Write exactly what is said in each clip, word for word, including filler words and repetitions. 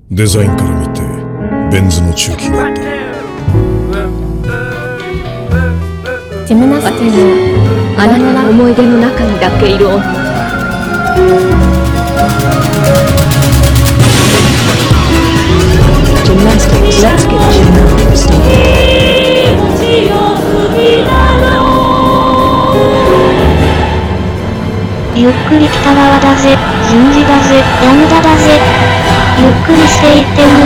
デザインから見てベン図の中期があった。 ジムナスティのあなたの思い出の中にだけいる女。Gymnastics, let's get gymnastics. ゆっくり北側だぜ、順次だぜ、ラムダだぜ。ゆっくりしていってる。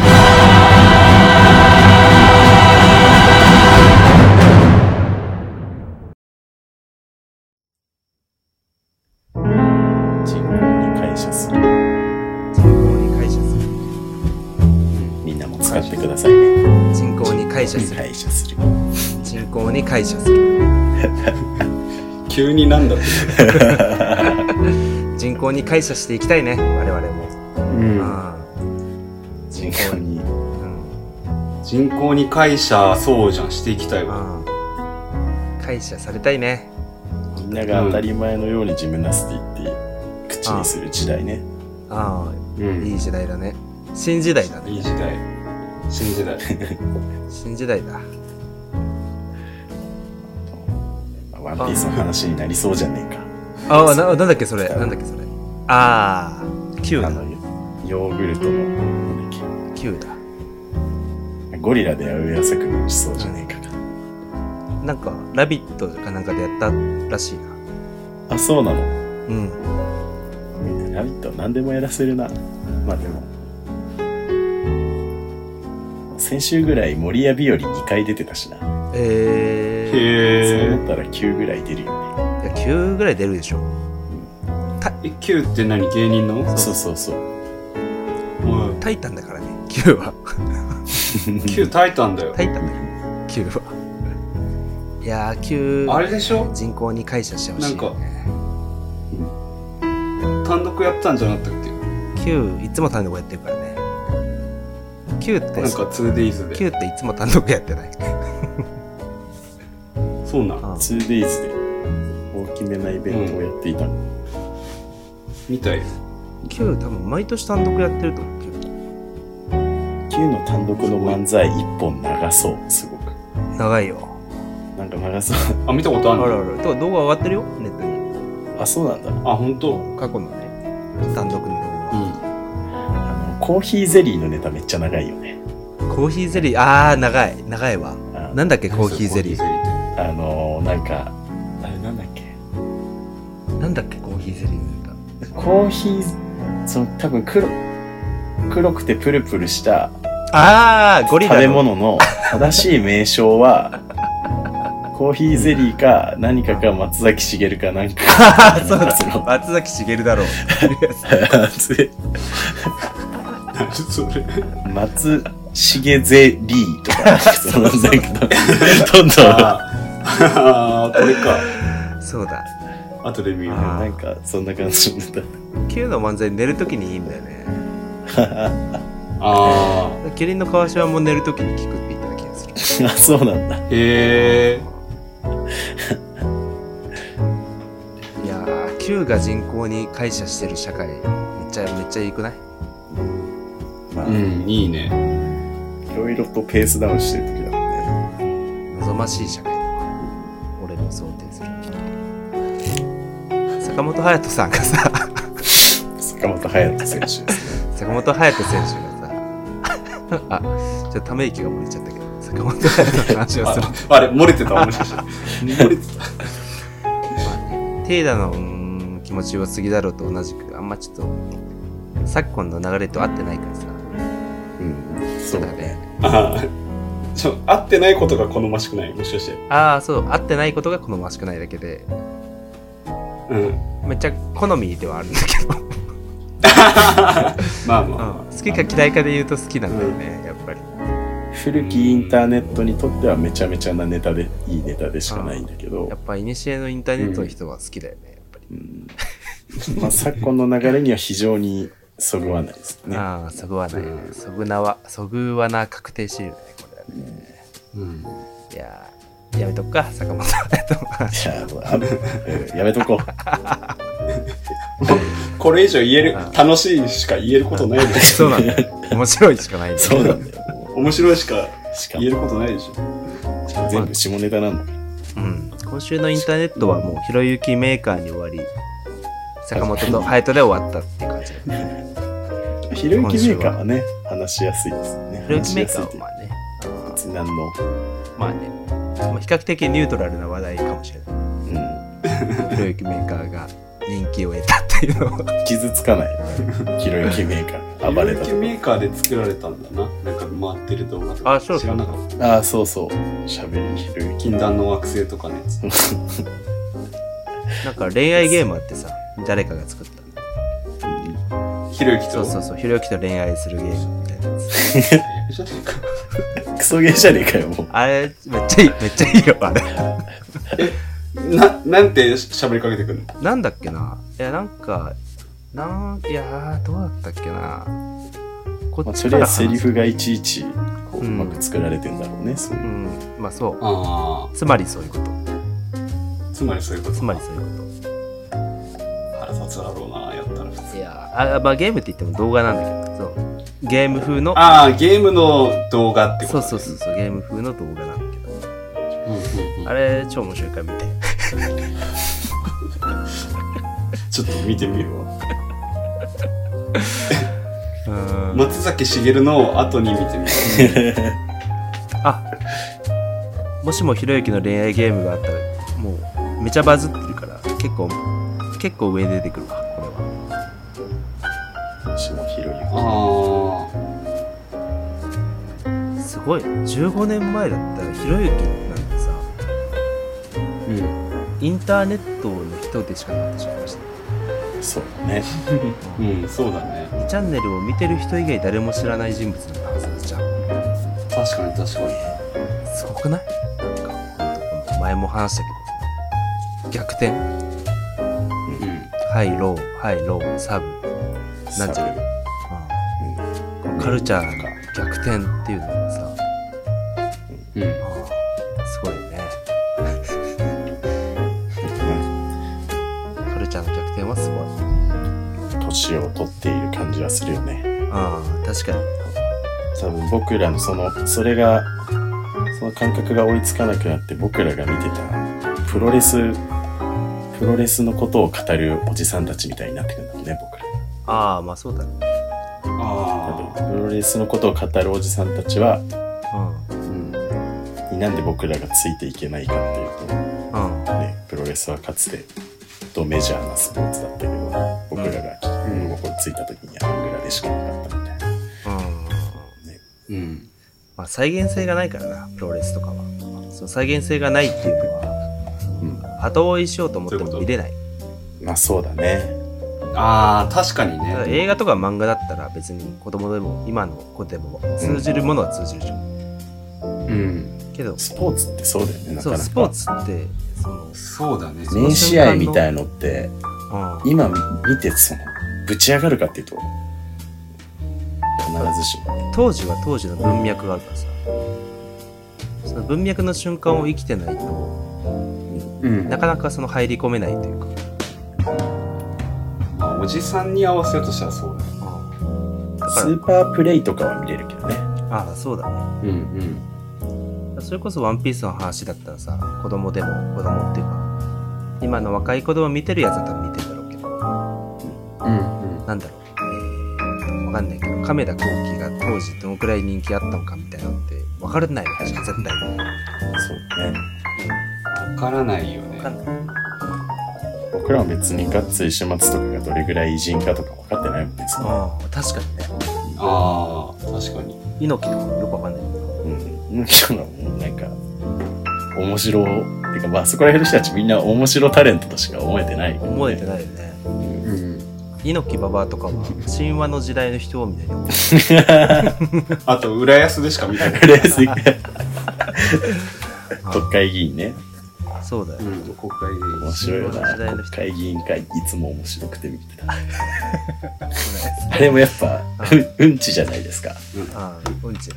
人口に感謝する。 人口に感謝する。 みんなも使ってくださいね。 人口に感謝する。 感謝する。 人口に感謝する。 急になんだって人口に感謝していきたいね、我々も。 うん、 あ人口に、 うん、 人口に感謝そうじゃんしていきたいわ。 感謝されたいね。 みんなが当たり前のようにジムナスティって口にする時代ね。 ああ、 うん、 いい時代だね。新時代だね。 いい時代。新時代。 新時代だ。 ワンピースの話になりそうじゃねえか。 ああ、な、なんだっけそれ。なんだっけそれ。ああ、Q だ。 あのヨーグルトのなんだっけ Q だ。 ゴリラで上朝くんしそうじゃねえかか。 なんかラビットかなんかでやったらしいな。 あ、そうなの。 うん。 みんなラビット何でもやらせるな。まあでも先週ぐらい森谷日和にかい出てたしな。 えー、 へそう思ったらきゅうぐらい出るよね。 いやきゅうぐらい出るでしょ。 え、Q って何、芸人の？ そうそうそう。 タイタンだからね、Q は。 Q タイタンだよ。 タイタンだよ、Q は。いやー、Q あれでしょ？ 人口に感謝してほしいよね。 なんか単独やったんじゃなかったっけ？ Q いつも単独やってるからね。Q ってなんか ツーデイズ で Q っていつも単独やってない。 そうなん。 ツーデイズ で大きめなイベントをやっていた、うん、 みたい。 Q 多分毎年単独やってると思う。 Q の単独の漫才一本長そう。すごく長いよ。 なんか長そう。 あ、見たことある。 あるある。だから動画上がってるよ、ネットに。 あ、そうなんだ。 あ、本当。 過去のね、単独の動画。うん。 あのコーヒーゼリーのネタめっちゃ長いよね。 コーヒーゼリー、あー長い長いわ。なんだっけコーヒーゼリー。 あのー、なんかあれなんだっけ。 なんだっけコーヒーゼリーのネタ。 コーヒーその多分黒黒くてプルプルしたあーゴリラ食べ物の正しい名称はコーヒーゼリーか何かか松崎しげるかなんか。 そうだ、松崎しげるだろう。 それ松重ゼリーとかそうなんだけどどんどんああこれか。 そうだ。 あとで見る。 なんかそんな感じだった。 Q の漫才寝るときにいいんだよね。 ああ。 キリンの川島も寝るときに聞くって言った気がする。 あ、そうなんだ。 へえ。 いやー、Q が人口に感謝してる社会めっちゃめっちゃいいくない？ まあ、 うん、いいね。 いろいろとペースダウンしてる時だもんね。望ましい社会だわ。俺の想定する。坂本勇人さんがさ坂本勇人選手ですね。坂本勇人選手がさあ、ちょっとため息が漏れちゃったけど、坂本勇人の話をする。 あ, あれ漏れてたもしかして漏れてた。 まあね、テイダの気持ちは過ぎだろうと同じく、あんまちょっと昨今の流れと合ってないからさ。 うん、そうだね。 ああ、ちょ合ってないことが好ましくない、もしかして。 ああ、そう、合ってないことが好ましくないだけで。 うん。 めっちゃ好みではあるんだけど。 まあまあ、 うん、好きか嫌いかで言うと好きなんだよね、うん、やっぱり。 古きインターネットにとってはめちゃめちゃなネタでいいネタでしかないんだけど、 やっぱいにしえのインターネットの人は好きだよね、うん、やっぱり。 うん、まあ昨今の流れには非常にそぐわないですね。 ああ、そぐわないね。そぐなわ、そぐわな確定シールだね、これはね。うん。いやー、やめとくか、坂本隼人の話。 いや、あぶ、やめとこう。 これ以上言える、楽しいしか言えることないです。 そうなんだ。 面白いしかないんだよ。 そうなんだよ。 面白いしかしか言えることないでしょ。 しかも全部下ネタなんだ。 うん。今週のインターネットはもうひろゆきメーカーに終わり、坂本とハヤトで終わったっていう感じだね。 ひろゆきメーカーはね、話しやすいですよね。 ひろゆきメーカー話しやすいというはまあね、 別に何の、 まあね、まあ、比較的ニュートラルな話題かもしれない。 うん、 ひろゆきメーカーが人気を得たっていうのを傷つかない。ひろゆきメーカーがひろゆき暴れたとこ。 メーカーで作られたんだな。なんか回ってる動画とか。 あそうそう知らなかった。 ああ、そうそう。喋りひろゆき。 禁断の惑星とかのやつ。 なんか恋愛ゲームあってさ、誰かが作ったひろゆきと。 そうそうそう、ひろゆきと恋愛するゲームみたいなやつ。 じゃねえか。 クソゲーじゃねえかよ、もう。 あれめっちゃいい、めっちゃいいよあれ。 な、なんて喋りかけてくるの？ なんだっけな、いやなんかなんいやーどうだったっけな、こまあ、 っちからとりあえずセリフがいちいちこう、 ううんまく作られてんだろうね。そういうう。 ん、まあそう、 あつまりそういうこと、 あ、つまりそういうこと。 つまりそういうこ腹立つだろうな、やったら普通。 と。いやーあ、まあゲームって言っても動画なんだけど、そうゲーム風の、 ああ、ゲームの動画ってことそうそうそうそう、ゲーム風の動画なんだけど、 うんうんうん。 あれ超面白いから見て。 ちょっと見てみるわ。 うん、 松崎しげるの後に見てみる。 あ、もしもひろゆきの恋愛ゲームがあったらもうめちゃバズってるから結構結構上に出てくるわこれは。 下ひろゆき。 あすごいじゅうごねんまえだったらひろゆきなんてさ、 あ。うん。 インターネットの人でしかなってしまいました。 そうだね。 うん、そうだね。 にチャンネルを見てる人以外誰も知らない人物なんだはずじゃん。 確かに確かに。 すごくない？なんかほんと前も話したけど逆転、 うん。 ハイローハイローサブなんちゃら、 うんうん、カルチャーが逆転っていうのがさ、 うん。 あーすごいよね。カルチャーの逆転はすごい。 年を取っている感じはするよね。 ああ確かに。 多分僕らのその、それが、その感覚が追いつかなくなって僕らが見てたプロレス、プロレスのことを語るおじさんたちみたいになってくるんだろうね、僕ら。 ああまあそうだね。 あ多分プロレスのことを語るおじさんたちは、 ううん。 になんで僕らがついていけないかっていうと、 んうんね、プロレスはかつてドメジャーなスポーツだったけど、僕らが物心ついた時にはアングラでしかなかったみたいな。 うん。 うん。 まあ再現性がないからなプロレスとかは。その再現性がないっていうのは、 うん、 後追いしようと思っても見れない。 まあそうだね。 ああ、確かにだからね。 映画とか漫画だったら別に子供でも今の子でも通じるものは通じるじゃん。 うん。 けどスポーツってそうだよね、なかなか。 そうスポーツってその、 そうだね。 名試合みたいのって、 うん、 今見てその、ぶち上がるかっていうと、必ずしも。 当時は当時の文脈があるからさ、その文脈の瞬間を生きてないとうん。 なかなかその入り込めないというか、 まあ、おじさんに合わせようとしたらそうだね。 うん、だスかーパープレイとかは見れるけどね。 らああそうだね。 うんそれこそワンピースの話だったらさ、子供でも子供っていうか今の若い子供見てるやつは多分見てるだろうけど、 うん。うんなんだろう、えー、わかんないけど亀田光輝が当時どのくらい人気あったのかみたいなのって分からないわけじゃん絶対に。 そうね。 うん。わからないよね分。かんない。 僕らは別にガッツ石松とかがどれぐらい偉人かとか分かってないもんね。そのああ確かにね。 ああ、確かに。 猪木とかもよくわかんないけど。 うん。人がもうなんか、面白、てかまあそこら辺の人たちみんな面白タレントとしか思えてない、 思えてないよね。 うん。 猪木馬場とかは神話の時代の人みたいに思う。 あと、浦安でしか見てない。 レース国会議員ね。 そうだよ。 うん、国会で。 面白いよな。 時代の人国会議員会いつも面白くて見てた。あれもやっぱ、ううんちじゃないですか。 ああ、うんち。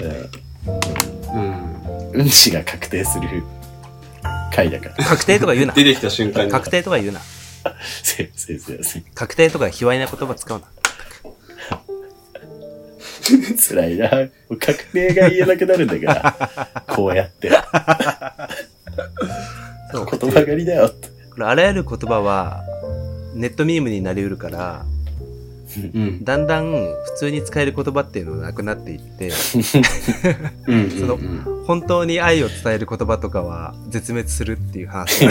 うん。 うんちが確定する回だから。 確定とか言うな。 出てきた瞬間に。 確定とか言うな。 せせせせ確定とか卑猥な言葉使うな。 辛いな。確定が言えなくなるんだから。こうやって。 そう言葉狩りだよって。 これあらゆる言葉はネットミームになりうるから、 うん。 だんだん普通に使える言葉っていうのがなくなっていってうん。 そのうん本当に愛を伝える言葉とかは絶滅するっていう話。い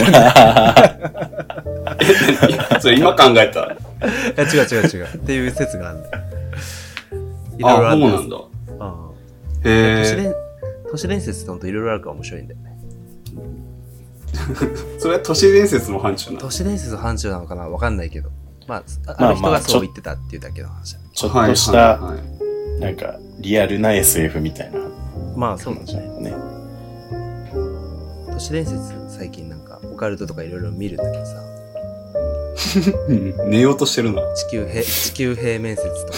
え、それ今考えた。 や違う違う違うっていう説があるんだよ。いろいろあ、 あるそうなんだ。 あへえ。 都市伝都市伝説ってほんといろいろあるから面白いんだよね。 それは都市伝説の範疇なの。 都市伝説の範疇なのかなわかんないけど、まあ、あまあある人がそう言ってたっていうだけの話だ、 ちょっとした、 はいはいはい、 なんか、リアルな エスエフ みたいな。 まあそうなんじゃないね。 都市伝説最近なんかオカルトとかいろいろ見るんだけどさ、 寝ようとしてるな。 地球平地球平面説とか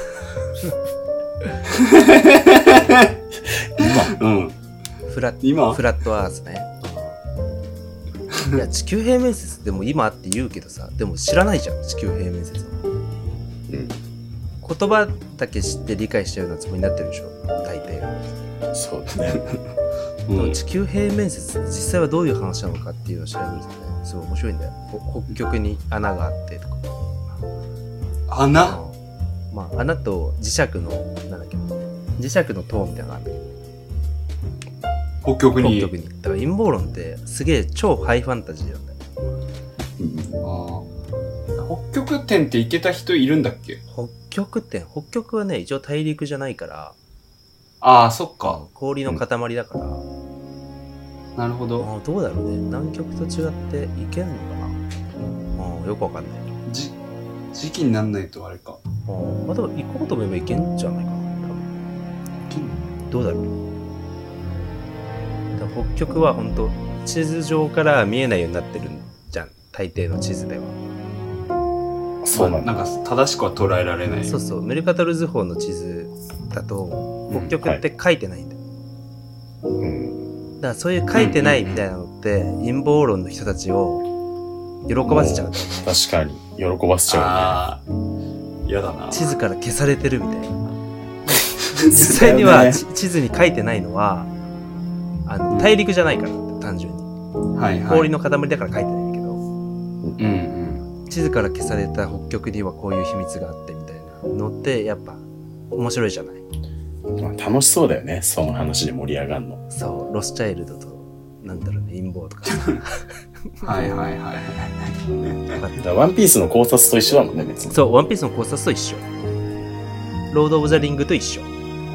今、うん。 フラッ今フラットアースね。いや地球平面説でも今って言うけどさ、でも知らないじゃん地球平面説は。 うん。 言葉だけ知って理解したようなつもりになってるでしょ大抵が。 そうだね。 でも地球平面説実際はどういう話なのかっていうのを調べるとね、すごい面白いんだよ。北極に穴があってとか。 穴？ まあ穴と磁石のなんだっけ磁石の塔みたいなのがあるんだけど。 北極に。 北極に。だから陰謀論ってすげえ超ハイファンタジーなんだよ。 ああ。北極点って行けた人いるんだっけ？ 北極点北極はね一応大陸じゃないから。 ああ、そっか。 氷の塊だから。 なるほど。 あどうだろうね。南極と違って行けんのかな。あよくわかんない。 じ時期になんないとあれか。 あまあでも行こうと思えば行けんじゃないかな。多分。どうだろう。だから北極は本当地図上から見えないようになってるんじゃん。大抵の地図では。 そうなんだ。 なんか正しくは捉えられない。 そうそう。メルカトル図法の地図だと北極って書いてないんだよ。 うん。 だからそういう書いてないみたいなのって陰謀論の人たちを喜ばせちゃうんだよね。 確かに喜ばせちゃああ、嫌だな。 地図から消されてるみたいな。実際には、ね、地図に書いてないのはあの大陸じゃないから単純に、はいはい、氷の塊だから書いてないんだけど、うんうん、地図から消された北極にはこういう秘密があってみたいなのってやっぱ面白いじゃない。 まあ、楽しそうだよねその話で盛り上がるの。 そうロスチャイルドとなんだろうね陰謀とかはいはいはいだワンピースの考察と一緒だもんね別に。 そうワンピースの考察と一緒。ロード・オブ・ザ・リングと一緒。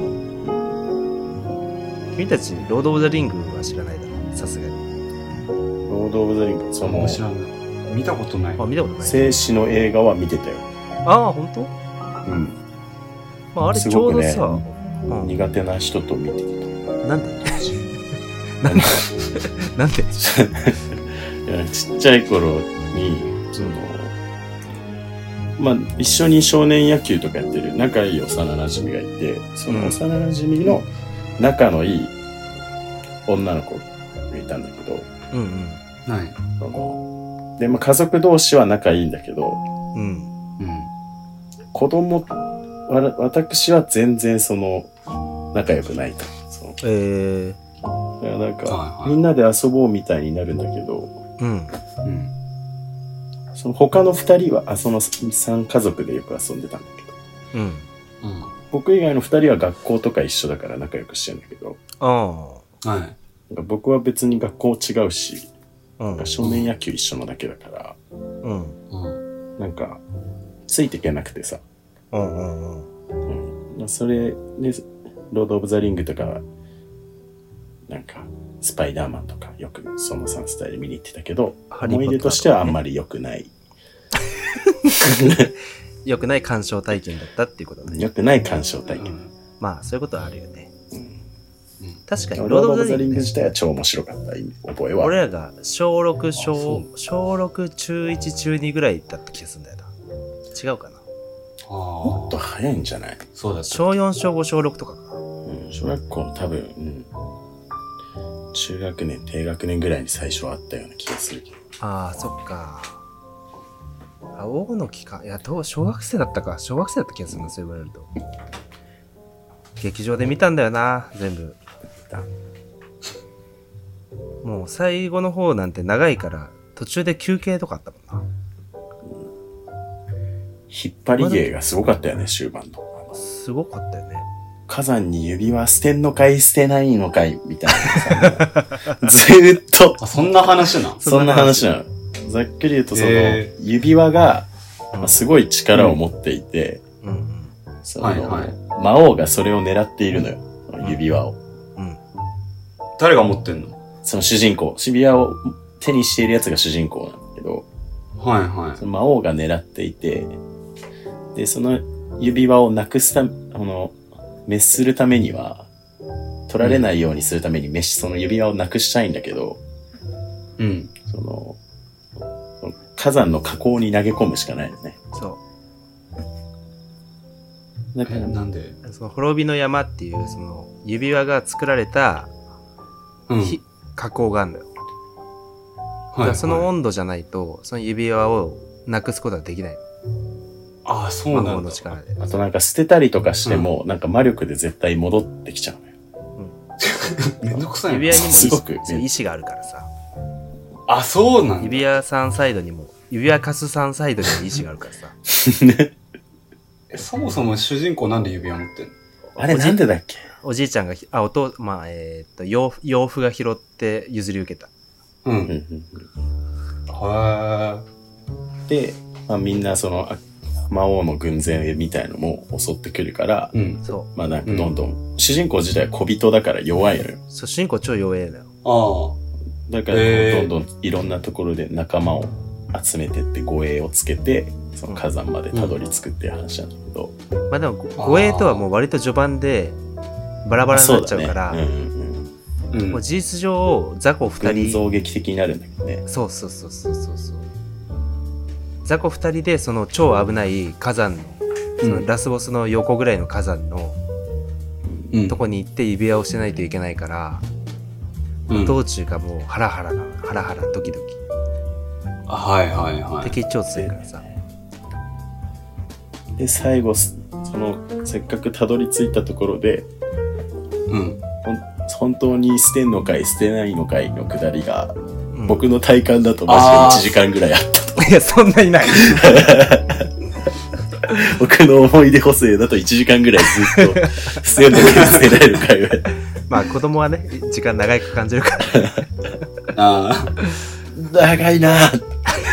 君たちロード・オブ・ザ・リングは知らないだろうさすがに。 ロード・オブ・ザ・リングその知らない見たことない。 あ見たことない。 静止の映画は見てたよ。 ああ本当？ うん、 まあ、あれちょうどさ、 ねうん、苦手な人と見てきた。 なんでなんでなんでいやちっちゃい頃にそのまあ一緒に少年野球とかやってる仲いい幼馴染がいて、その幼馴染の仲のいい女の子がいたんだけど、 うんうん、 はい。 そのでまあ家族同士は仲いいんだけど、 うんうん、 子供わ私は全然その仲良くないと。そのえー、だからなんか、はいはい、みんなで遊ぼうみたいになるんだけど、 うんうん、 その他の二人はあその三家族でよく遊んでたんだけど、うんうん、僕以外の二人は学校とか一緒だから仲良くしてるんだけど、 あ、はい、 なんか僕は別に学校違うし、うん、なんか少年野球一緒のだけだから、うんうん、なんかついていけなくてさ、うんうんうんうん、それでロード・オブ・ザ・リングとかなんかスパイダーマンとかよくそのさんスタイル見に行ってたけど、思い出としてはあんまり良くない良くない鑑賞体験だったっていうことね。 良くない鑑賞体験、うん、 まあそういうことはあるよね、うんうん、確かにロード・オブ・ザ・リング自体は超面白かった覚えは。 俺らが小ろく小小ろく中いち中にぐらいだった気がするんだよな。違うかな。 あもっと早いんじゃない？ そうだった。小よん小ご小ろくとかか。 うん、小学校多分、うん、中学年低学年ぐらいに最初はあったような気がするけど。 ああそっか。あ大の期間いやどう小学生だったか小学生だった気がするなそう言われると。 劇場で見たんだよな、全部。もう最後の方なんて長いから途中で休憩とかあったもんな。 引っ張り芸がすごかったよね、終盤の。 すごかったよね。 火山に指輪捨てんのかい捨てないのかいみたいな。ずーっと。 あ、そんな話なの？ そんな話なの。ざっくり言うとその、指輪が、まあ、すごい力を持っていて、うんうん、その、はいはい、魔王がそれを狙っているのよ。指輪を。 うん。誰が持ってんの？ その主人公。指輪を手にしているやつが主人公なんだけど、 はいはい。 その魔王が狙っていて、で、その指輪をなくすため、あの、滅するためには、取られないようにするために、うん、その指輪をなくしたいんだけど、 うん。 その、その火山の火口に投げ込むしかないよね。 そう。 だからなんでその滅びの山っていう、その指輪が作られた、うん、火口があるんだよ。はい、だからその温度じゃないと、その指輪をなくすことはできない。 ああ、そうなんだ。 の力で。 あとなんか捨てたりとかしても、うん、なんか魔力で絶対戻ってきちゃうのよ。 うん、めんどくさいな。 指輪にもすごく、 ね、意志があるからさ。 あ、そうなんだ。 指輪さんサイドにも、指輪カスさんサイドにも意志があるからさ。 ね、そもそも主人公なんで指輪持ってんの？ あれなんでだっけ？ おじいちゃんが、あ、おと、まあ、えー、っと、洋服、洋服が拾って譲り受けた。 うん。はー。で、まあ、みんなその、魔王の軍勢みたいのも襲ってくるから、うん、そう。まあなんかどんどん、うん、主人公自体は小人だから弱いのよ。 そう、主人公超弱いのよ。 ああ。だからどんどんいろんなところで仲間を集めてって護衛をつけて、その火山までたどり着くっていう話なんだけど。 うん、まあでも護衛とはもう割と序盤でバラバラになっちゃうから、ね、うんうんうん、もう事実上雑魚二人。 群像劇的になるんだけどね。 そうそうそうそうそうそう。雑魚二人でその超危ない火山の、そのラスボスの横ぐらいの火山の、うん、とこに行って指輪をしてないといけないから、うん、道中がもうハラハラな、ハラハラドキドキ。 はいはいはい。 敵超強いからさ。 で、最後、その、せっかくたどり着いたところで、うん。本当に捨てんのかい捨てないのかいのくだりが、うん、僕の体感だとマジでいちじかんぐらいあった。 いや、そんなにない。 僕の思い出補正だといちじかんぐらいずっと捨てんのかい捨てないのかい。 まあ子供はね、時間長く感じるから。 ああ。 長いなぁ。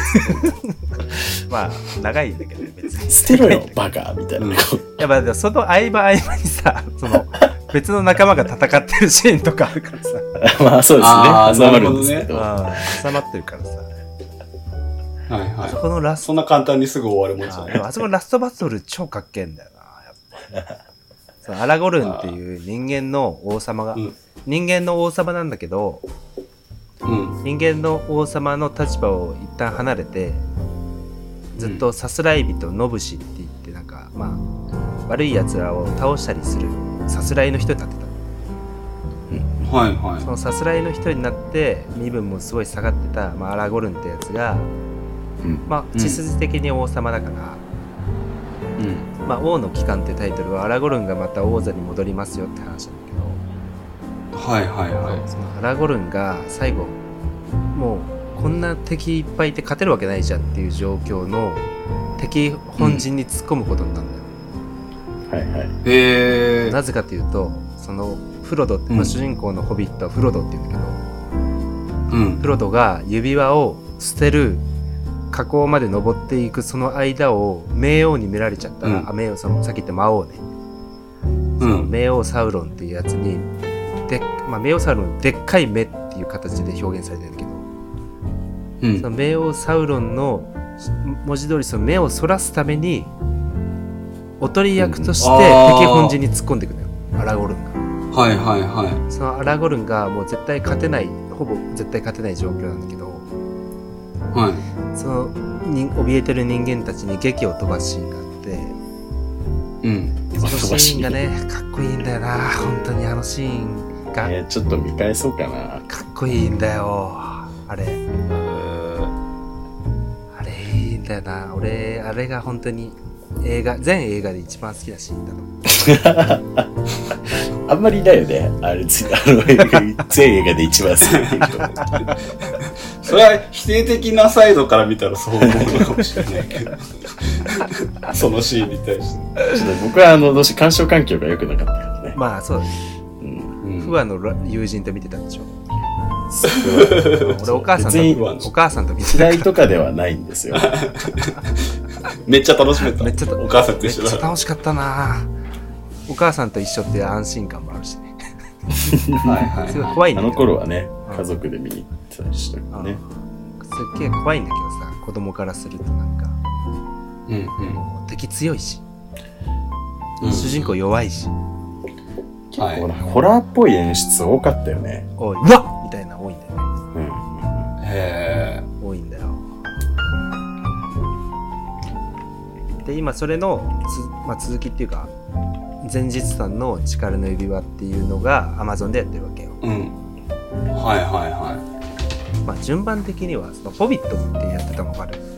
まあ、長いんだけどね、別に。 捨てろよ、バカみたいな。うん、いや、まあ、その合間合間にさ、その、別の仲間が戦ってるシーンとかあるからさ。 まあ、そうですね。挟まるんですけど。 あ挟まってるからさ。 はいはい。あそこのラスト。 そんな簡単にすぐ終わるもんじゃない。 あそこのラストバトル超かっけえんだよな、やっぱ。そのアラゴルンっていう人間の王様が、うん、人間の王様なんだけど、うん、人間の王様の立場を一旦離れて、ずっとさすらい人ノブシって言ってなんかまあ悪い奴らを倒したりするさすらいの人になってた、 うん、はいはい。 そのさすらいの人になって身分もすごい下がってた、まあ、アラゴルンってやつが、うん、まあ血筋的に王様だから、うんまあ、王の帰還ってタイトルはアラゴルンがまた王座に戻りますよって話なんだけど、 はいはいはい。 そのアラゴルンが最後もうこんな敵いっぱいいて勝てるわけないじゃんっていう状況の敵本陣に突っ込むことになるんだよ、 うん、はいはいへーなぜかというとそのフロドって、うんまあ、主人公のホビットはフロドって言うんだけど、うん、フロドが指輪を捨てる火口まで登っていくその間を冥王に見られちゃったら、うん、あ冥王そのさっき言った魔王ね、うん、その冥王サウロンっていうやつにで、まあ、冥王サウロンでっかい目っていう形で表現されてるんだけどうん、その冥王サウロンの文字通りその目をそらすためにおとり役として敵本陣に突っ込んでいくのよ、アラゴルンが。はいはいはい。 そのアラゴルンがもう絶対勝てないほぼ絶対勝てない状況なんだけど、はい、そのに怯えてる人間たちに檄を飛ばすシーンがあって、うん、そのシーンがねかっこいいんだよな本当にあのシーンが、 えー、ちょっと見返そうかな。 かっこいいんだよあれ。あれいいんだよな。俺あれが本当にい映画全映画で一番好きなシーンだとあんまりいないよね。あれ、あの映画、全映画で一番好きっていう人。 それは否定的なサイドから見たらそう思うのかもしれないけど。そのシーンに対して。 僕はあの、どうして鑑賞環境が良くなかったからね。 まあそうです。 うん。 不和の友人と見てたんでしょ。俺お母さんとお母さんと見てた。 嫌いとかではないんですよ。 めっちゃ楽しめた。 めっちゃお母さんと一緒だ。 めっちゃ楽しかったな。お母さんと一緒って安心感もあるしね。 はいはい、 すごい怖いんだけど。 あの頃はね、家族で見に行ってたりしたからね。 すっげえ怖いんだけどさ、子供からするとなんか、 うんうん、 もう敵強いし、 うん、 主人公弱いし、 結構なホラーっぽい演出多かったよね。 おい、うわっみたいな多いんだよね。 うん。 へー。多いんだよ。で、今それのつ、まあ、続きっていうか、前日さんの力の指輪っていうのが Amazon でやってるわけよ。 うん。はいはいはい。 まあ順番的にはそのホビットってやってたの分かる？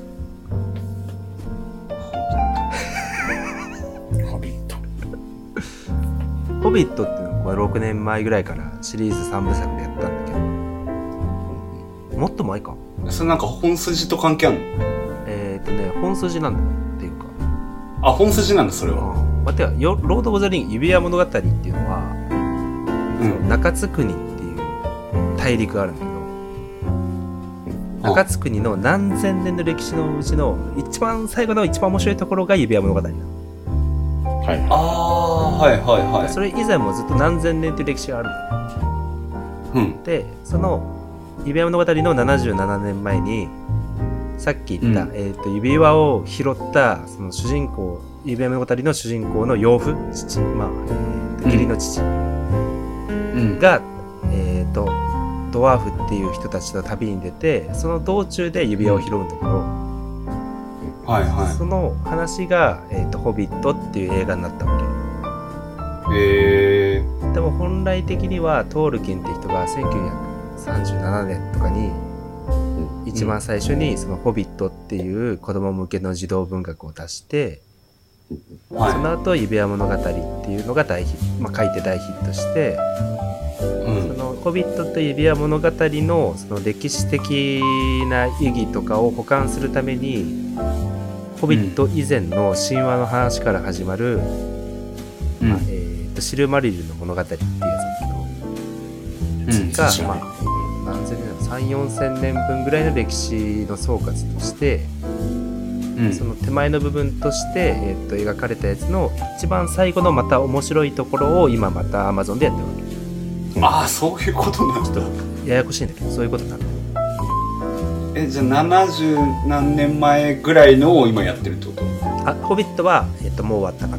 ホビット。 ホビットっていうのはこれろくねんまえぐらいからシリーズさんぶさくでやったんだけど、もっと前か。 それなんか本筋と関係あるの？ えっとね、本筋なんだよっていうか。 あ、本筋なんだそれは。 うんまあ、てかロード・オブ・ザ・リング指輪物語っていうのは、うん、中津国っていう大陸があるんだけど、中津国の何千年の歴史のうちの一番最後の一番面白いところが指輪物語なの。 はい。 ああ、はいはいはい。 それ以前もずっと何千年っていう歴史があるの。 うん。 で、その指輪物語のななじゅうななねんまえにさっき言った、うんえー、と指輪を拾ったその主人公指輪物語の主人公の養父父、まあえー、と義理の父、うん、が、えー、とドワーフっていう人たちと旅に出てその道中で指輪を拾うんだけど、うんはいはい、 その話が、えーと「ホビット」っていう映画になったわけ。へー。でも本来的にはトールキンって人がせんきゅうひゃくさんじゅうななねんとかに一番最初にそのホビットっていう子供向けの児童文学を出して、はい、その後指輪物語っていうのが大ヒット、まあ、書いて大ヒットして、うん、そのホビットと指輪物語のその歴史的な意義とかを保管するために、ホビット以前の神話の話から始まる、うんまあえー、とシルマリルの物語っていうやつだけど、うん、が、まあ何千年さん、よんせんねんぶんぐらいの歴史の総括として、うん、その手前の部分として、えー、と描かれたやつの一番最後のまた面白いところを今また Amazon でやってるわけ。 ああ、そういうことなんだ。 ちょっとややこしいんだけど、そういうことになる。 え、じゃあななじゅうなんねんまえぐらいのを今やってるってこと？ あ、ホビットは、えー、ともう終わったから。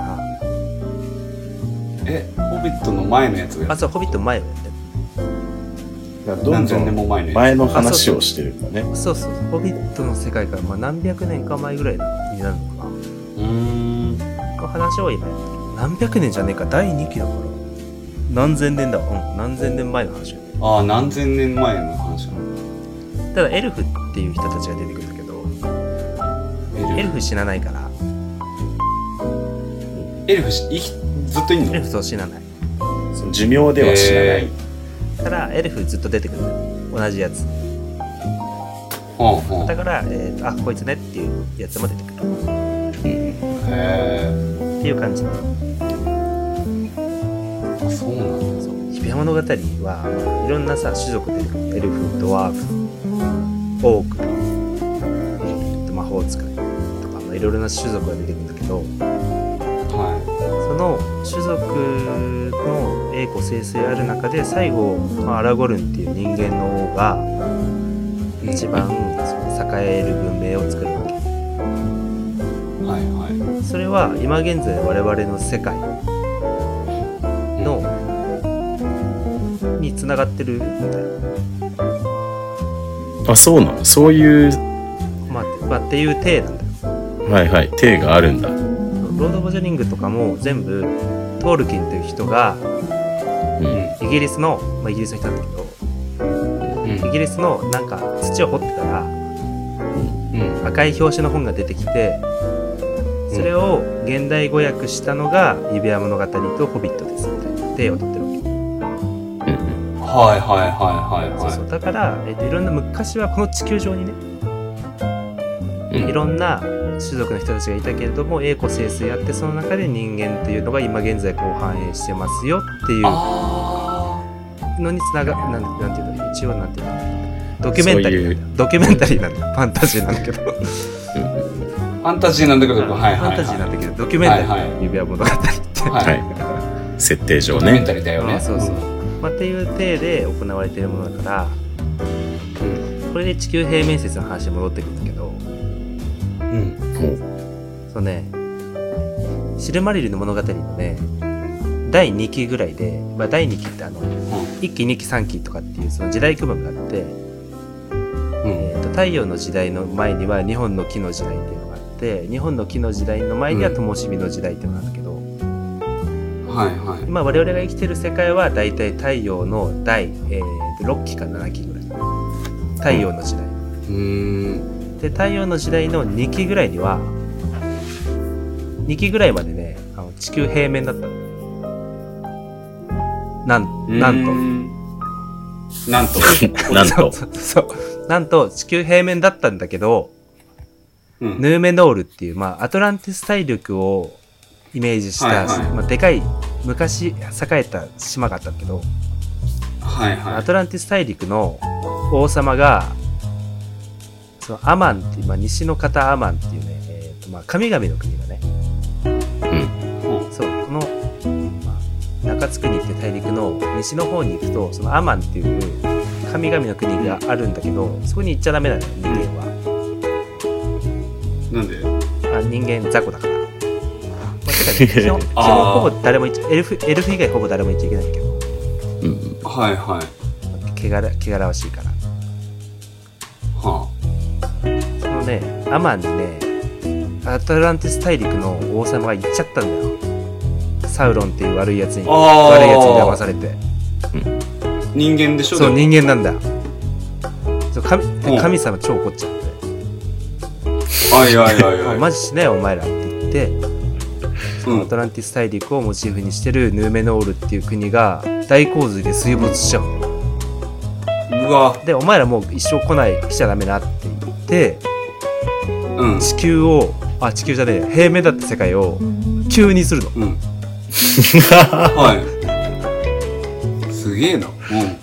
え、ホビットの前のやつをやってる？ あ、そう、ホビットの前をやってる。 どんどん前の話をしてるんだね。 そうそうそう。ホビットの世界から、まあ、何百年か前ぐらいになるのかな。うーん。 の話を今やってる。何百年じゃねえか、だいにきだから。何千年だわ。うん、何千年前の話。 ああ、何千年前の話なの。 ただエルフっていう人たちが出てくるんだけど、エルフ、エルフ死なないから。 エルフしいずっといんの？ エルフそう死なない。 その寿命では死なない。 ただエルフずっと出てくる。同じやつ。 ほうほう。 だから、えー、あ、こいつねっていうやつも出てくる。 へー。 っていう感じ。 あ、そうなんだ。 そう。指輪物語は、まあ、いろんなさ種族出てくる。エルフ、ドワーフ、オーク、えー、魔法使いとか、まあ、いろいろな種族が出てくるんだけど、 はい。 その種族の栄枯盛衰ある中で最後、まあ、アラゴルンっていう人間の王が一番その栄える文明を作るわけ。 はいはい。 それは今現在我々の世界のに繋がってるみたいな。 あ、そうなの？そういう、 まあ、まあ、っていう体なんだよ。 はいはい、体があるんだ。 ロード・オブ・ザ・リングとかも全部トールキンという人が、うん、イギリスの、まあ、イギリスの人なんだけど、うん、イギリスのなんか土を掘ってたら、うん、赤い表紙の本が出てきて、そそれを現代語訳したのが指輪物語とホビットですみたいな手を取ってるわけ。 はいはいはいはいはい。 そうそうだから、えっと、いろんな昔はこの地球上にね、うん、いろんな種族の人たちがいたけれども栄枯盛衰あってその中で人間というのが今現在こう繁栄してますよっていうのにつながなんなんていうの一応なんていうのドキュメンタリーなんだドキュメンタリーなんだファンタジーなんだけどファンタジーなんだけど、はいはいはい、 ファンタジーなんだけどドキュメンタリー、はいはい、指輪物語って、 はいはい、設定上ねドキュメンタリーだよね。 そうそう、まあ、っていう体で行われているものだから、うん、これで地球平面説の話に戻ってくるんだけど、うん、そうねシルマリルの物語のねだいにきぐらいで、まあ、だいにきってあの、うん、いっきにきさんきとかっていうその時代区分があって、うんえー、と太陽の時代の前には日本の木の時代っていうのがあって日本の木の時代の前には灯火の時代っていうのがあるんだけど、 はいはい、 今我々が生きてる世界はだいたい太陽のだい、えー、ろっきかななきぐらい太陽の時代、うん、うーんで太陽の時代のにきぐらいにはにきぐらいまでねあの地球平面だったのなんなんとなんとなんとそうそうなんと地球平面だったんだけど、うん、ヌーメノールっていう、まあ、アトランティス大陸をイメージした、はいはいまあ、でかい昔栄えた島があったんだけど、はいはい、アトランティス大陸の王様がそのアマンっていう、まあ、西の方アマンっていうね、えーとまあ、神々の国がね、うん、そうこの、まあ、中津国っていう大陸の西の方に行くとそのアマンっていう神々の国があるんだけどそこに行っちゃダメなのよ人間は。 なんで？ あ人間雑魚だから。基本, 基本ほぼ誰もエルフエルフ以外ほぼ誰も言っちゃいけないんだけど、 うん、はいはい汚ら汚らわしいからはあそのねアマンにねアトランティス大陸の王様が行っちゃったんだよサウロンっていう悪いやつに悪いやつに騙されて、 うん、人間でしょそう人間なんだそう 神, 神様超怒っちゃってはいはいはいはいマジしねえお前らって言ってアトランティス大陸をモチーフにしてるヌーメノールっていう国が大洪水で水没しちゃうの。 うわでお前らもう一生来ない来ちゃダメなって言って、うん、地球をあ地球じゃねえ平面だった世界を急にするの、うん、 はいすげえな、うん、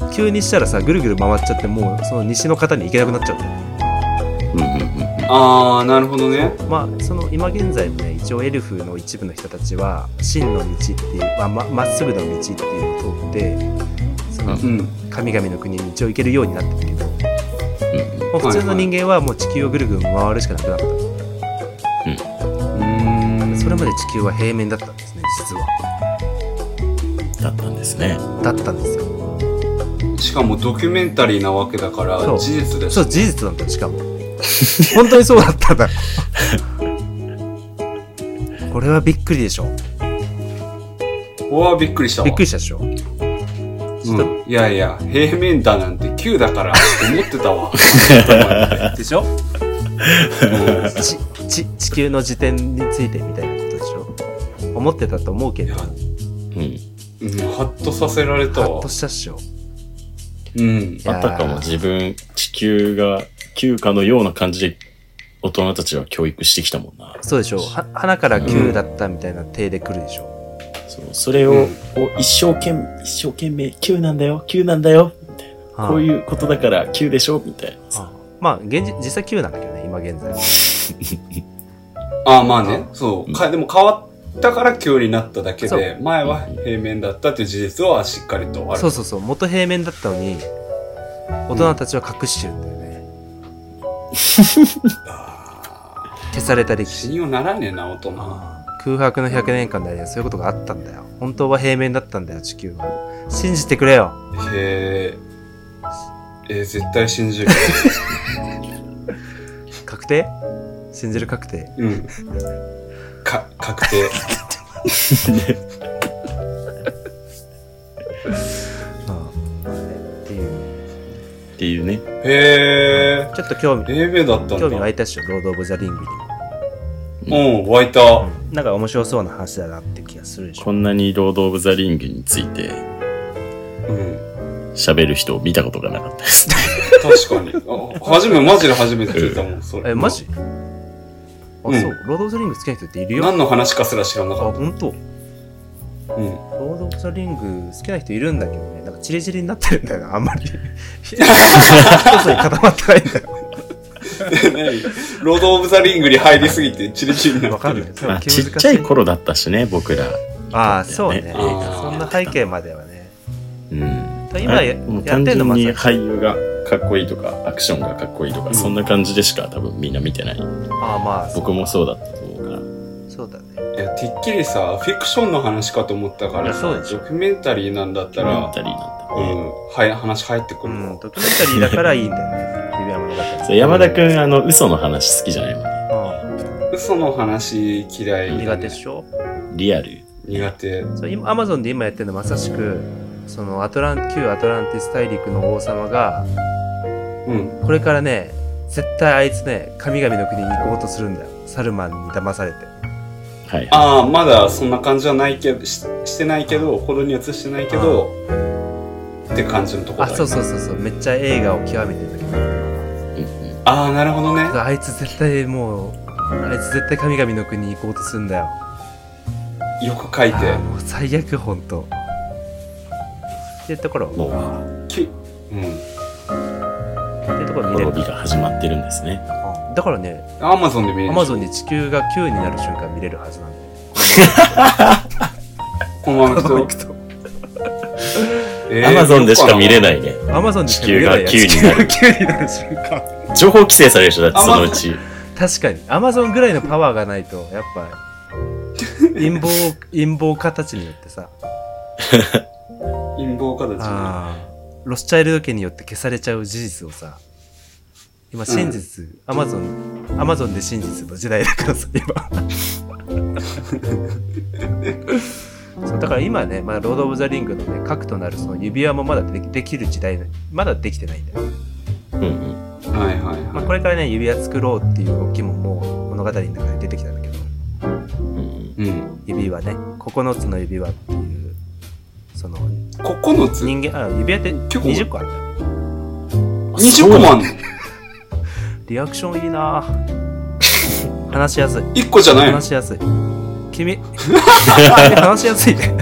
急にしたらさぐるぐる回っちゃってもうその西の方に行けなくなっちゃうんだよ、 うんうんうん、あーなるほどね。 まあその今現在もね一応エルフの一部の人たちは真の道っていう、まあ、ま, まっすぐの道っていうのを通ってその、うん、神々の国に一応行けるようになってるけど、うん、もう普通の人間はもう地球をぐるぐる回るしかなくなった、うん、それまで地球は平面だったんですね実は。 だったんですね。 だったんですよ。 しかもドキュメンタリーなわけだから事実です、ね、 そう事実なんだしかも本当にそうだったんだこれはびっくりでしょ。 これはびっくりしたわ。 びっくりしたでしょ、うん、 いやいや平面だなんてきゅうだから思ってたわでしょ、うん、ち, ち地球の時点についてみたいなことでしょ思ってたと思うけど、うん、 うん、ハッとさせられたわ。 ハッとしたっしょ。 うん、あたかも自分地球が旧家のような感じで大人たちは教育してきたもんな。 そうでしょう。は花から旧だったみたいな体で来るでしょう、 うん、そうそれをこう一生懸命一生懸命旧なんだよ旧なんだよみたいな、はあ、こういうことだから旧でしょみたいな、 はあ、まあ現実実際旧なんだけどね今現在はああまあねそうかでも変わったから旧になっただけで前は平面だったっていう事実はしっかりとある。 そうそうそう元平面だったのに大人たちは隠してるんだよね、うん、消された歴史。 信用ならねえな大人。 空白のひゃくねんかんでそういうことがあったんだよ。本当は平面だったんだよ地球は。信じてくれよ。 へえー、絶対信じる確定？信じる確定。 うんか確定っていうね。 へえ。 ちょっと興味、 平面だったんだ。 興味湧いたっしょ、ロード・オブ・ザ・リングに。 うん、湧いた。 なんか面白そうな話だなって気がするでしょ。 こんなにロード・オブ・ザ・リングについて喋る人を見たことがなかったですね。 確かに。あ、初め、マジで初めて聞いたもん、それ。 え、マジ？あ、 うん、 そう。ロード・オブ・ザ・リング好きな人っているよ。 何の話かすら知らなかった。 あ、ほんと？ うん。 ロード・オブ・ザ・リング好きな人いるんだけどね、なんかチリチリになってるんだよな、あんまり。一つに固まってないんだよ。 ロード・オブ・ザ・リングに入りすぎてチリチリになってる。 わかるね。 まあ、ちっちゃい頃だったしね、僕ら。 ああ、そうね。そんな背景まではね。 うん。 今やもう単純に俳優がかっこいいとか、アクションがかっこいいとか、うん、そんな感じでしか多分みんな見てない。 ああ、まあ。 僕もそうだったと思うから。 そうだね。 いや、てっきりさ、フィクションの話かと思ったからさ、ドキュメンタリーなんだったら、 ドキュメンタリーなんだね。 うん、はい、話入ってくるの、 うん。ドキュメンタリーだからいいんだよね。指輪物語。 そう、山田くん、あの、嘘の話好きじゃないもんね。 うん。嘘の話嫌い、ね。 苦手でしょ？ リアル。 苦手。 そう、今、アマゾンで今やってるのまさしく、そのアトラン、旧アトランティス大陸の王様が、 うん。 これからね、絶対あいつね、神々の国に行こうとするんだよ。サルマンに騙されて。 はい。 ああ、まだそんな感じはないけど、し, してないけど、ほどにはしてないけど、って感じのところだ、ね。 あ、そうそうそうそう、めっちゃ映画を極めてるんだけど。うんうん、 ああ、なるほどね。 あいつ絶対もう、あいつ絶対神々の国に行こうとするんだよ。 よく書いて。 もう最悪、ほんと。っていうところもう、 きうん。 っていうところ見れる。 滅びが始まってるんですね。 だからね、 アマゾンで見れる。 アマゾンで地球がきゅうになる瞬間見れるはずなんだよ。 このまま行くと。 アマゾンでしか見れないね。 アマゾンでしか見れない。地球がきゅうになる。 きゅうになる瞬間。 情報規制されるでしょ、だってそのうち。 確かに。アマゾンぐらいのパワーがないと、やっぱ、陰謀、陰謀形によってさ。 陰謀形に。 ロスチャイルド家によって消されちゃう事実をさ、今真実、うん、アマゾン、アマゾンで真実の時代だからさ、今。そうだから今ね、まあ、ロード・オブ・ザ・リングのね、核となるその指輪もまだ で, できる時代、まだできてないんだよ。 うんうん。はいはいはい。 まあ、これからね、指輪作ろうっていう動きももう物語の中で出てきたんだけど、 うん、 指輪ね、ここのつの指輪っていう、その、 ここのつ人間、あ、指輪ってにじゅっこあるんだよ。 にじゅっこもあんの？ リアクションいいなぁ。話しやすい。 いっこじゃないの？ 話しやすい。君、話しやすいね。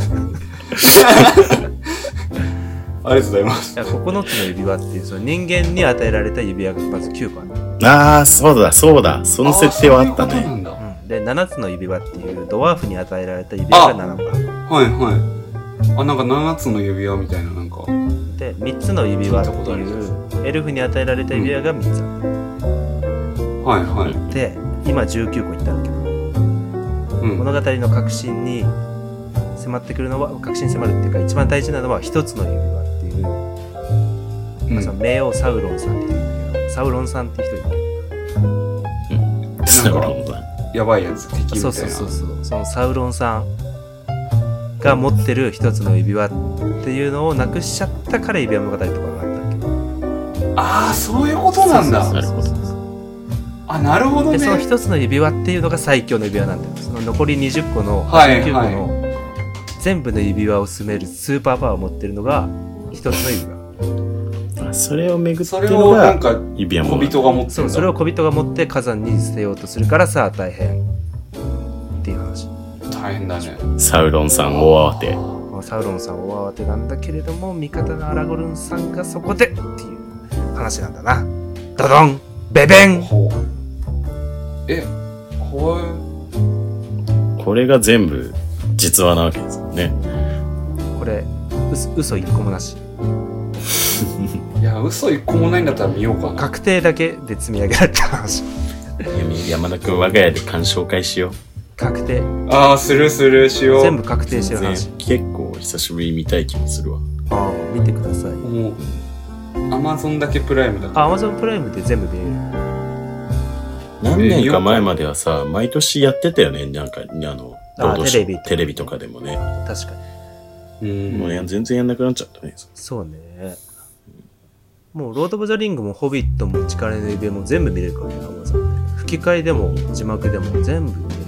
ありがとうございます。 いや、ここのつの指輪っていう、その人間に与えられた指輪がまずきゅうこある。 ああ、そうだ、そうだ。その設定はあったね。 うん、で、ななつの指輪っていうドワーフに与えられた指輪がななこある。 はいはい。あ、なんかななつの指輪みたいな、なんか。 で、みっつの指輪っていうエルフに与えられた指輪がみっつある。 うん、はいはい。 で、今じゅうきゅうこいったんだけど、うん、物語の核心に迫ってくるのは、核心に迫るっていうか、一番大事なのは一つの指輪っていう、うん、まあ、その冥王サウロンさんって言うんだけど、サウロンさんって人いるんだけど、 うん、サウロンさん。やばいやつ、敵みたいな。 そうそうそうそう。そのサウロンさんが持ってる一つの指輪っていうのをなくしちゃったから指輪物語とかがあったんだけど。 ああ、そういうことなんだ。 そうそうそうそう。 あ、なるほどね。 で、その一つの指輪っていうのが最強の指輪なんだよ。その残りにじゅっこの、 はいはい、 きゅうこの全部の指輪を進めるスーパーパワーを持ってるのが一つの指輪。 それをめぐってるのがなんか指輪小人が持ってるんだ。 そう、それを小人が持って火山に捨てようとするからさあ大変っていう話。 大変だね。 サウロンさん大慌て。 サウロンさん大慌てなんだけれども、味方のアラゴルンさんがそこでっていう話なんだな。ドドンベベン。 ほう。え、ほう。 これが全部実話なわけですよね。 これ嘘嘘一個もなし。 いや、嘘一個もないんだったら見ようかな。 確定だけで積み上げられた話。 山田くん我が家で鑑賞会しよう。 確定。 ああ、するするしよう。 全部確定してる話。 結構久しぶりに見たい気もするわ。 ああ、見てください。 もうアマゾンだけプライムだから。 あ、アマゾンプライムで全部見れる。 何年か前まではさ、毎年やってたよね。なんかあのあテレビテレビとかでもね。 確かに。うん。 もう全然やんなくなっちゃったね。 そうね。もうロード・オブ・ザ・リングもホビットも力の指輪も全部見れるからね、アマゾンで。吹き替えでも字幕でも全部見れる。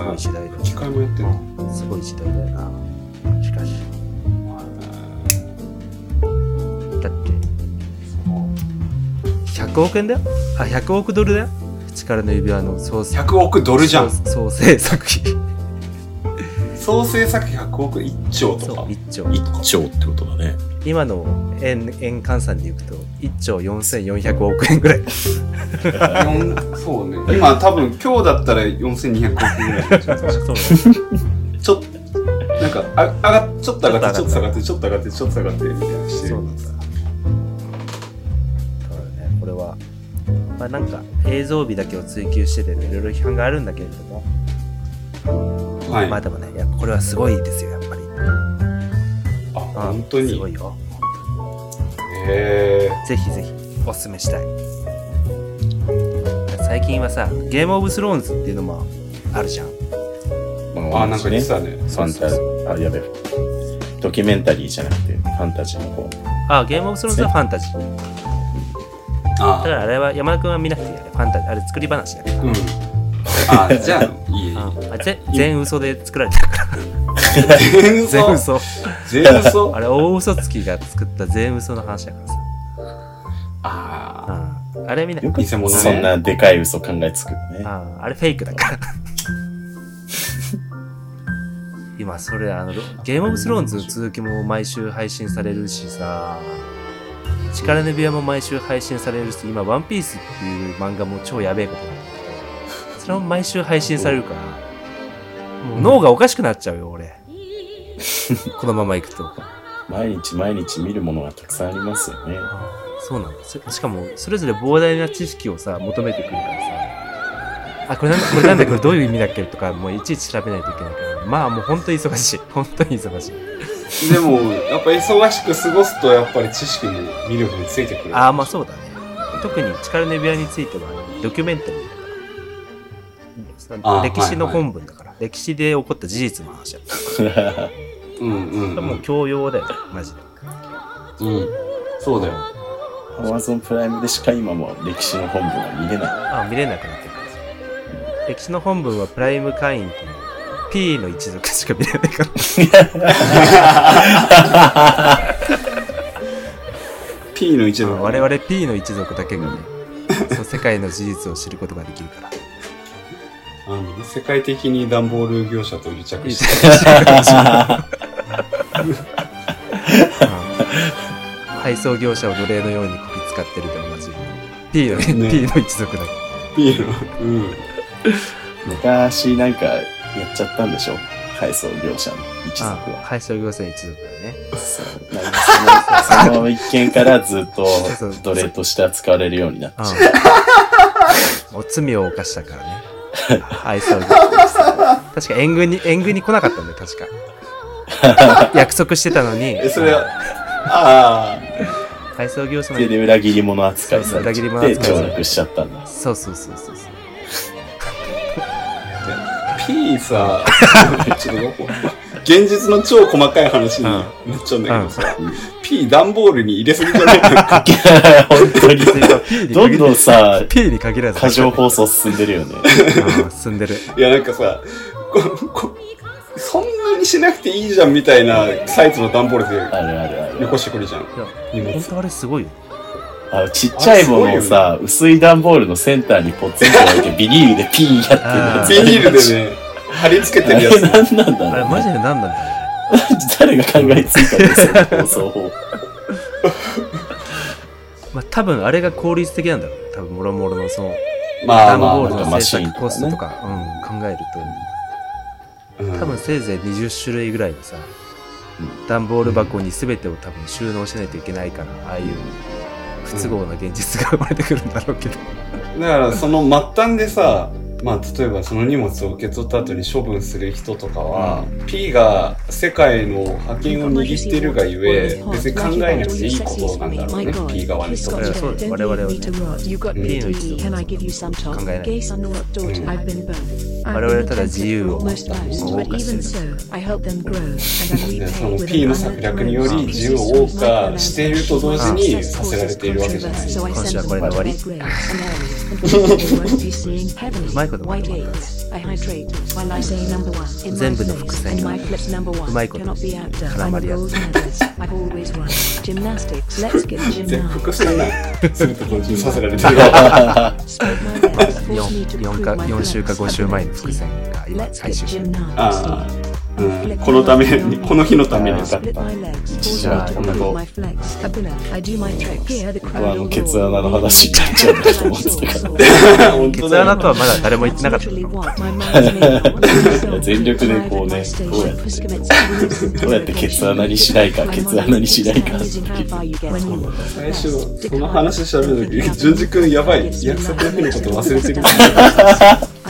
ごい時代だよ。 機械もやってるの。すごい時代だよな。しかし。だってひゃくおくえんだよ。あ、ひゃくおくドルだよ。力の指輪の総ひゃくおくドルじゃん。 総制作費。 総制作費ひゃくおく、いっちょうとか。 いっちょう。 いっちょうってことだね。 今の円、円換算でいくといっちょうよんせんよんひゃくおくえんぐらい。 そうね。今多分今日だったらよんせんにひゃくおくえんぐらいになっちゃう。そうちょっとなんかあ上がちょっと上がってちょっと下がってちょっと上がってちょっと下がってみたいなしてる。そうなんだ。そうだね。 これはまあなんか映像美だけを追求してていろいろ批判があるんだけれども。はい、まあでもね、やっぱこれはすごいですよ、やっぱり。 あ、本当にすごいよ。 へー。ぜひぜひおすすめしたい。最近はさ、ゲームオブスローンズっていうのもあるじゃん。 あ、なんか言ってたね。 ファンタジー、あ、やべえ。ドキュメンタリーじゃなくて、ファンタジーの方。 あ、ゲームオブスローンズはファンタジー。ああ。だからあれは山田君は見なくていいやね。ファンタジー、あれ作り話だから。うん。 あ、じゃあいいえ。 あぜ全嘘で作られてるから全嘘全嘘全嘘あれ大嘘つきが作った全嘘の話だからさ。 あああれみんなよく偽物ね。そんなでかい嘘考えつくね。 ああれフェイクだから今それあのゲームオブスローンズの続きも毎週配信されるしさ、力の指輪も毎週配信されるし、今ワンピースっていう漫画も超やべえことになってる。それも毎週配信されるから、もう脳がおかしくなっちゃうよ、俺。このままいくと。 毎日毎日見るものがたくさんありますよね。 ああ、そうなんです。しかも、それぞれ膨大な知識をさ、求めてくるからさ。あ、これなんだ、これなんだ、これどういう意味だっけとか、もういちいち調べないといけないから。まあ、もう本当に忙しい。本当に忙しい。 でも、やっぱ忙しく過ごすと、やっぱり知識も見る分ついてくる。 ああ、まあそうだね。特に力の指輪については、ドキュメンタリー。歴史の本文だから、はいはい、歴史で起こった事実の話だったうんうん、うん、 もう教養だよマジで。 うんそうだよ。 Amazon プライムでしか今も歴史の本文は見れない。 あ見れなくなってるから、うん、歴史の本文はプライム会員っていう P の一族しか見れないから P の一族、 我々 P の一族だけがね、うん、そう世界の事実を知ることができるからあの世界的に段ボール業者と癒着して配送業者を奴隷のようにこき使ってると同じ P の、ね、P の一族だ。 P の、うん、 昔なんかやっちゃったんでしょ、配送業者の一族は。 配送業者の一族だね。 そうなんかそのその一件からずっと奴隷として扱われるようになってしまった。 もう罪を犯したからね。配送業者確か援軍に援軍に来なかったんだよ確か約束してたのに。 えそれはああ配送業者ので裏切り者扱いされて協力しちゃったんだ。 そうそうそうそうそう。 P さちょっと現実の超細かい話になっちゃうんだけどさ、うん、P 段ボールに入れすぎじゃないか本当にどんどんさ P に限らず過剰放送進んでるよね。 進んでる。 いやなんかさここそんなにしなくていいじゃんみたいなサイズの段ボールでよこしてくるじゃん。 いや本当あれすごいよ。 あちっちゃいものをさ、ね、薄い段ボールのセンターにポツンと置いてビニールでピーやってるビニールでね貼り付けてるやつ。 あれ何なんだろう、ね、 あれマジで何なんだろう。 誰が考えついたんですか放送法。 まあ多分あれが効率的なんだろうね。多分もろもろのその、 まあ、 段ボールの制作コストとか、うん、考えると、うん、多分せいぜいにじゅっしゅるいぐらいでさ、うん、段ボール箱に全てを多分収納しないといけないから、ああいう不都合な現実が生まれてくるんだろうけど、 うん、だからその末端でさ、まあ例えばその荷物を受け取った後に処分する人とかは、うん、P が世界の覇権を握っているがゆえ別に考えなくていいことなんだろうね。 P 側にとってはそうです。我々はね、うん、P の一度考えない、うん、我々はただ自由を謳歌してる。 その P の策略により自由を謳歌していると同時にさせられているわけじゃない。 今週はこれで終わり。うまいこと部のまで全部の伏線がうまいこと絡まり合って全部伏線な全て途中させられてるよん週かご週前の伏線が今最終週。 ああ、うん、このためにこの日のために歌った一時は本当僕はあのケツ穴の話になっちゃうかと思ってたからケツ穴とはまだ誰も言ってなかった全力でこうねどうやってどうやってケツ穴にしないかケツ穴にしないか最初その話しゃべるとき淳二君やばい約束の日のこと忘れてるト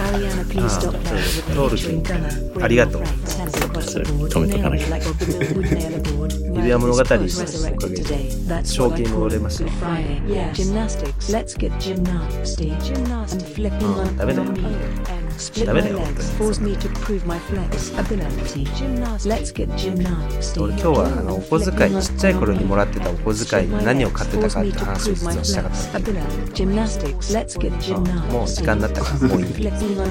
ール君ありがとう止めとかなきゃ指輪物語のおかげで賞金も売れました。うんダメだよダメだよ本当に俺今日はあのお小遣いちっちゃい頃にもらってたお小遣いに何を買ってたかって話を実はしたかったんだけど、うん、もう時間だったからもういいちっ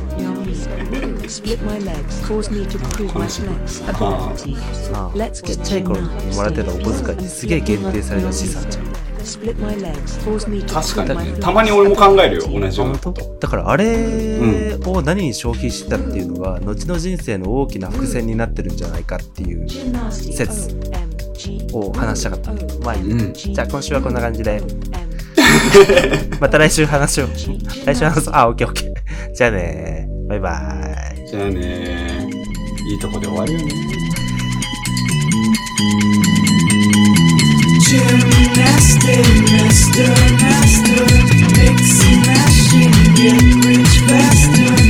ちゃい頃にもらってたお小遣いってすげえ限定された資産じゃん。 確かにね、たまに俺も考えるよ同じようなことだからあれを何に消費したっていうのが後の人生の大きな伏線になってるんじゃないかっていう説を話したかったんだけど、まあいい、うん、じゃあ今週はこんな感じでまた来週話しよう来週話そうあオッケーオッケーじゃあねバイバイじゃあねいいとこで終わるよね Gymnastic, master, master, mix and mashing, get rich faster.